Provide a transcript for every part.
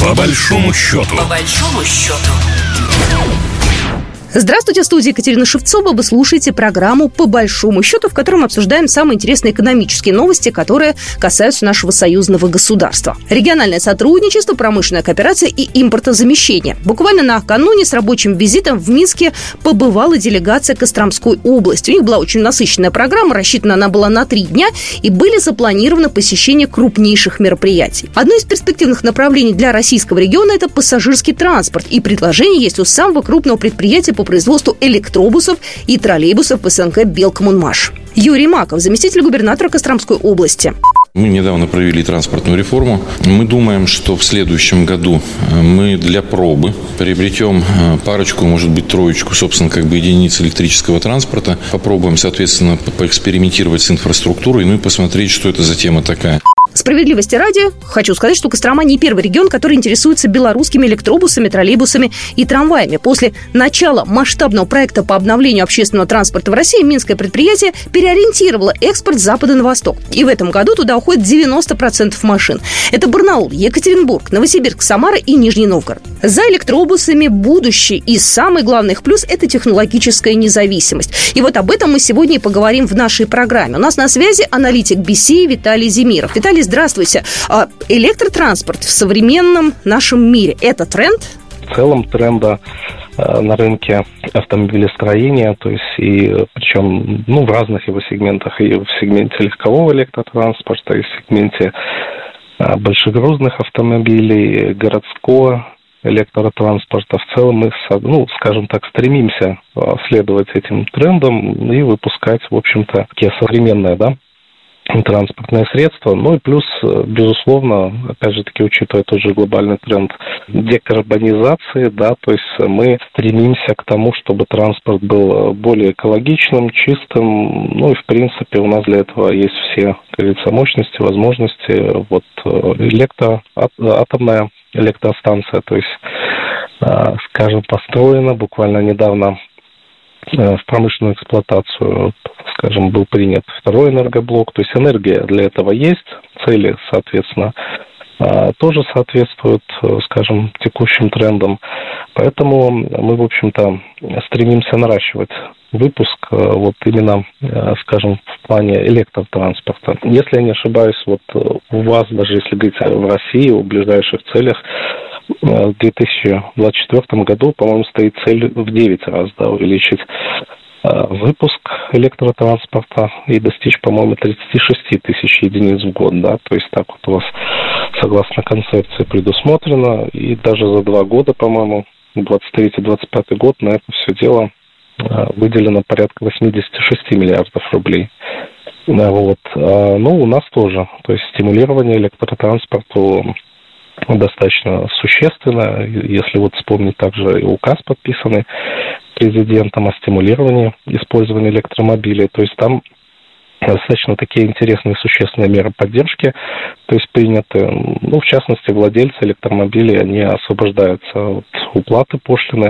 По большому счету. По большому счету. Здравствуйте, в студии Екатерина Шевцова. Вы слушаете программу «По большому счету», в которой мы обсуждаем самые интересные экономические новости, которые касаются нашего союзного государства. Региональное сотрудничество, промышленная кооперация и импортозамещение. Буквально накануне с рабочим визитом в Минске побывала делегация Костромской области. У них была очень насыщенная программа, рассчитана она была на 3 дня, и были запланировано посещение крупнейших мероприятий. Одно из перспективных направлений для российского региона – это пассажирский транспорт. И предложение есть у самого крупного предприятия по производству электробусов и троллейбусов в СНГ «Белкоммунмаш». Юрий Маков, заместитель губернатора Костромской области. Мы недавно провели транспортную реформу. Мы думаем, что в следующем году мы для пробы приобретем парочку, может быть, троечку, собственно, единиц электрического транспорта. Попробуем, соответственно, поэкспериментировать с инфраструктурой, и посмотреть, что это за тема такая. Справедливости ради, хочу сказать, что Кострома не первый регион, который интересуется белорусскими электробусами, троллейбусами и трамваями. После начала масштабного проекта по обновлению общественного транспорта в России минское предприятие переориентировало экспорт с запада на восток. И в этом году туда уходит 90% машин. Это Барнаул, Екатеринбург, Новосибирск, Самара и Нижний Новгород. За электробусами будущее. И самый главный их плюс – это технологическая независимость. И вот об этом мы сегодня и поговорим в нашей программе. У нас на связи аналитик BCE Виталий Зимиров. Виталий, здравствуйте. Электротранспорт в современном нашем мире – это тренд? В целом тренда на рынке автомобилестроения, то есть и причем в разных его сегментах, и в сегменте легкового электротранспорта, и в сегменте большегрузных автомобилей, городского электротранспорта. В целом мы, скажем так, стремимся следовать этим трендам и выпускать, в общем-то, такие современные, транспортные средства. И плюс, безусловно, опять же таки, учитывая тот же глобальный тренд декарбонизации, то есть мы стремимся к тому, чтобы транспорт был более экологичным, чистым. И, в принципе, у нас для этого есть все, как говорится, мощности, возможности. Атомная электростанция, то есть, скажем, построена буквально недавно в промышленную эксплуатацию, скажем, был принят второй энергоблок. То есть энергия для этого есть, цели, соответственно, тоже соответствуют, скажем, текущим трендам. Поэтому мы, в общем-то, стремимся наращивать выпуск именно, скажем, в плане электротранспорта. Если я не ошибаюсь, у вас, даже если говорить в России, о ближайших целях, в 2024 году, по-моему, стоит цель в 9 раз увеличить выпуск электротранспорта и достичь, по-моему, 36 тысяч единиц в год. То есть так у вас, согласно концепции, предусмотрено. И даже за 2 года, по-моему, 23-25 год на это все дело выделено порядка 86 миллиардов рублей. У нас тоже. То есть стимулирование электротранспорту достаточно существенно. Если вспомнить также и указ, подписанный президентом о стимулировании использования электромобилей, то есть там достаточно такие интересные существенные меры поддержки, то есть приняты. В частности, владельцы электромобилей, они освобождаются от уплаты пошлины.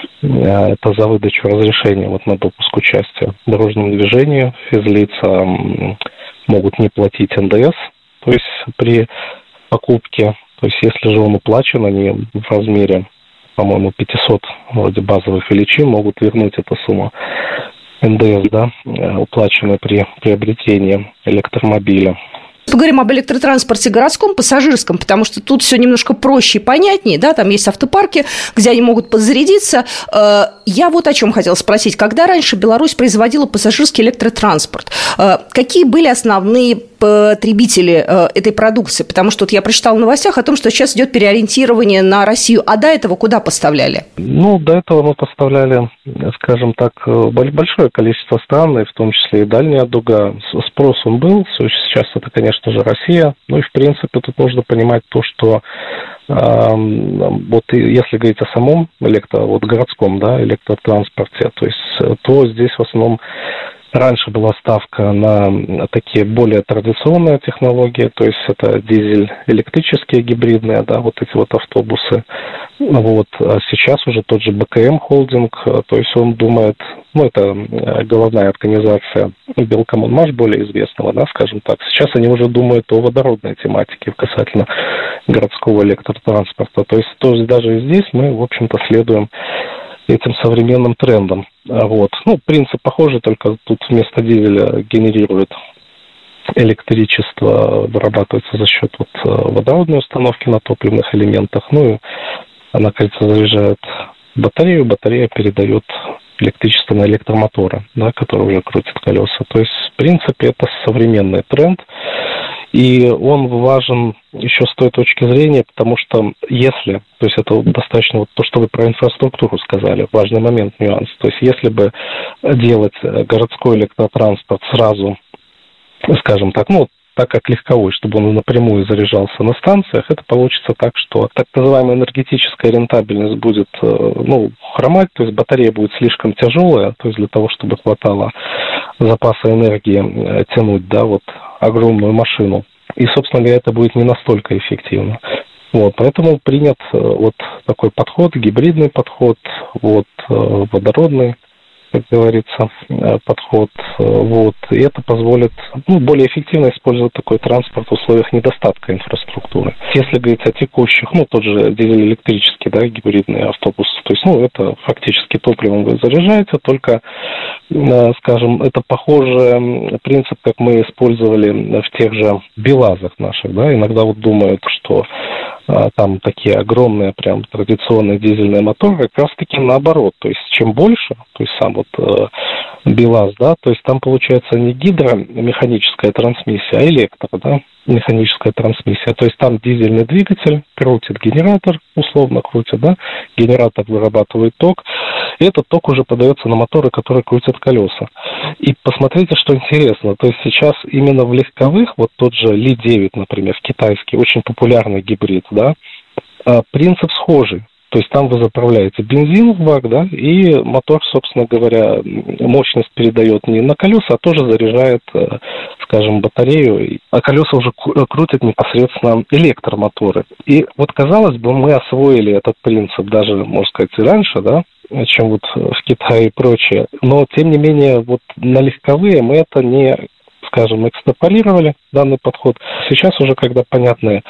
Это за выдачу разрешения на допуск участия в дорожном движении. Физлица могут не платить НДС, то есть при покупке. То есть если же он уплачен, они в размере, по-моему, 500 вроде базовых величин могут вернуть эту сумму НДС, уплаченную при приобретении электромобиля. Поговорим об электротранспорте городском, пассажирском, потому что тут все немножко проще и понятнее, там есть автопарки, где они могут подзарядиться. Я о чем хотела спросить. Когда раньше Беларусь производила пассажирский электротранспорт, какие были основные потребители этой продукции? Потому что я прочитала в новостях о том, что сейчас идет переориентирование на Россию, а до этого куда поставляли? До этого мы поставляли, скажем так, большое количество стран, и в том числе и дальняя дуга. Спрос он был, сейчас это, конечно же, Россия. И, в принципе, тут нужно понимать то, что если говорить о самом городском, электротранспорте, то здесь в основном раньше была ставка на такие более традиционные технологии, то есть это дизель-электрические гибридные, эти автобусы. Вот. А сейчас уже тот же БКМ холдинг, то есть он думает, это головная организация Белкоммунмаш, более известного, да, скажем так. Сейчас они уже думают о водородной тематике касательно городского электротранспорта. То есть тоже даже здесь мы, в общем-то, следуем этим современным трендам. Вот. Принцип похожий, только тут вместо дизеля генерирует электричество, вырабатывается за счет водородной установки на топливных элементах. Она, кажется, заряжает батарею, батарея передает электричество на электромоторы, да, которые уже крутят колеса. То есть, в принципе, это современный тренд. И он важен еще с той точки зрения, потому что если, то есть это достаточно то, что вы про инфраструктуру сказали, важный момент, нюанс. То есть если бы делать городской электротранспорт сразу, скажем так, так как легковой, чтобы он напрямую заряжался на станциях, это получится так, что так называемая энергетическая рентабельность будет, хромать, то есть батарея будет слишком тяжелая, то есть для того, чтобы хватало запаса энергии тянуть, огромную машину. И, собственно говоря, это будет не настолько эффективно. Поэтому принят такой подход, гибридный подход, водородный, как говорится, подход. И это позволит более эффективно использовать такой транспорт в условиях недостатка инфраструктуры. Если говорить о текущих, тот же дизель-электрический, гибридный автобус, то есть, это фактически топливом вы заряжаете, только, скажем, это похожий принцип, как мы использовали в тех же БелАЗах наших, Иногда думают, что там такие огромные, прям традиционные дизельные моторы, как раз таки наоборот. То есть, чем больше, то есть сам БелАЗ, то есть там получается не гидромеханическая трансмиссия, а механическая трансмиссия. То есть там дизельный двигатель крутит генератор, условно крутит, генератор вырабатывает ток, и этот ток уже подается на моторы, которые крутят колеса. И посмотрите, что интересно, то есть сейчас именно в легковых, тот же Ли-9, например, китайский, очень популярный гибрид, принцип схожий. То есть там вы заправляете бензин в бак, и мотор, собственно говоря, мощность передает не на колеса, а тоже заряжает, скажем, батарею, а колеса уже крутят непосредственно электромоторы. И казалось бы, мы освоили этот принцип даже, можно сказать, и раньше, чем в Китае и прочее. Но, тем не менее, на легковые мы это не, скажем, экстраполировали, данный подход. Сейчас уже, когда понятно,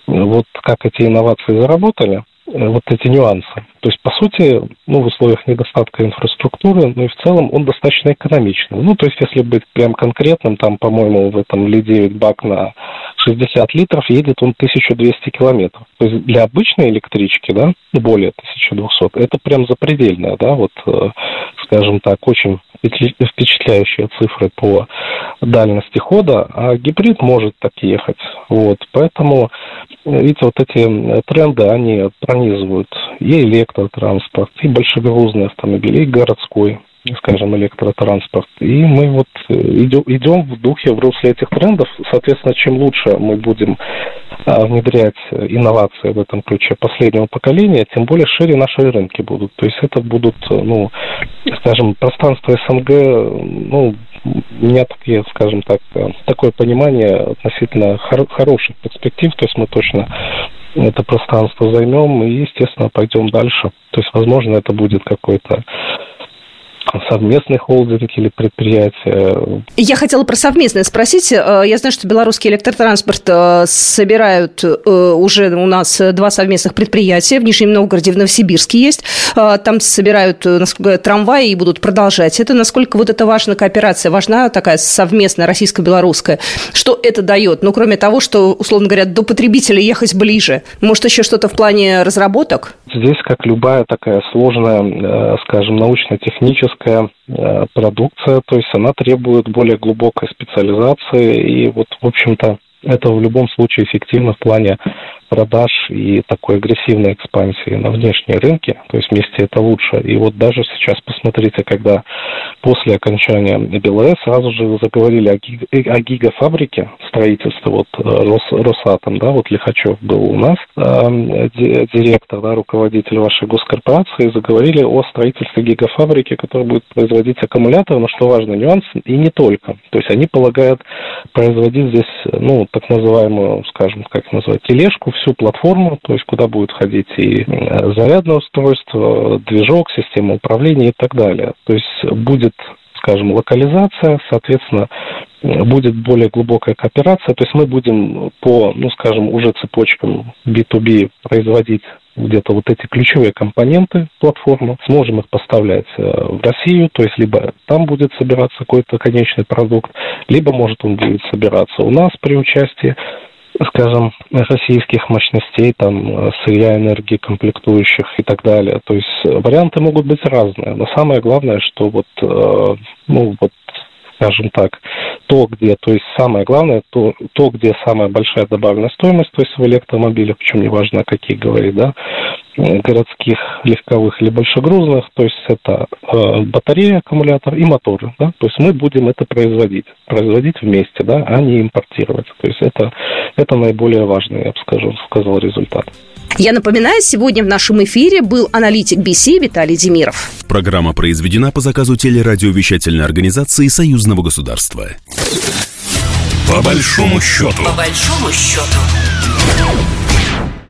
как эти инновации заработали, эти нюансы. То есть, по сути, в условиях недостатка инфраструктуры, и в целом он достаточно экономичный. То есть, если быть прям конкретным, там, по-моему, в этом Ли-9 бак на 60 литров едет он 1200 километров. То есть, для обычной электрички, более 1200, это прям запредельная, скажем так, очень впечатляющие цифры по дальности хода, а гибрид может так ехать. Поэтому, видите, эти тренды, они пронизывают и электротранспорт, и большегрузный автомобиль, и городской, скажем, электротранспорт. И мы идем в духе, в русле этих трендов. Соответственно, чем лучше мы будем внедрять инновации в этом ключе последнего поколения, тем более шире наши рынки будут. То есть это будут, скажем, пространство СНГ, у меня скажем так, такое понимание относительно хороших перспектив, то есть мы точно это пространство займем и, естественно, пойдем дальше. То есть, возможно, это будет какой-то совместный холдинг или предприятие. Я хотела про совместное спросить. Я знаю, что белорусский электротранспорт собирают уже у нас 2 совместных предприятия. В Нижнем Новгороде, в Новосибирске есть. Там собирают трамваи и будут продолжать. Это насколько это важна кооперация, важна такая совместная российско-белорусская. Что это дает? Кроме того, что, условно говоря, до потребителя ехать ближе. Может, еще что-то в плане разработок? Здесь, как любая такая сложная, скажем, научно-техническая продукция, то есть она требует более глубокой специализации, и в общем-то, это в любом случае эффективно в плане продаж и такой агрессивной экспансии на внешние рынки, то есть вместе это лучше. И даже сейчас посмотрите, когда после окончания БелАЭС сразу же заговорили о гигафабрике строительства, Росатом, Лихачев был у нас, директор, руководитель вашей госкорпорации, заговорили о строительстве гигафабрики, которая будет производить аккумуляторы, но что важно, нюанс, и не только. То есть они полагают производить здесь, так называемую, скажем, как назвать, тележку всю платформу, то есть куда будет входить и зарядное устройство, движок, система управления и так далее. То есть будет, скажем, локализация, соответственно, будет более глубокая кооперация, то есть мы будем по, скажем, уже цепочкам B2B производить где-то вот эти ключевые компоненты платформы, сможем их поставлять в Россию, то есть либо там будет собираться какой-то конечный продукт, либо, может, он будет собираться у нас при участии, скажем, российских мощностей, там, сырья, энергии, комплектующих и так далее. То есть варианты могут быть разные, но самое главное, что скажем так, то есть самое главное, то, где самая большая добавленная стоимость, то есть в электромобилях, причем неважно, о каких говорить, да, городских, легковых или большегрузных, то есть это батарея, аккумулятор и моторы, да, то есть мы будем это производить вместе, да, а не импортировать. То есть это наиболее важный, я бы сказал, результат. Я напоминаю, сегодня в нашем эфире был аналитик BC Виталий Демиров. Программа произведена по заказу телерадиовещательной организации Союзного государства. По большому счету.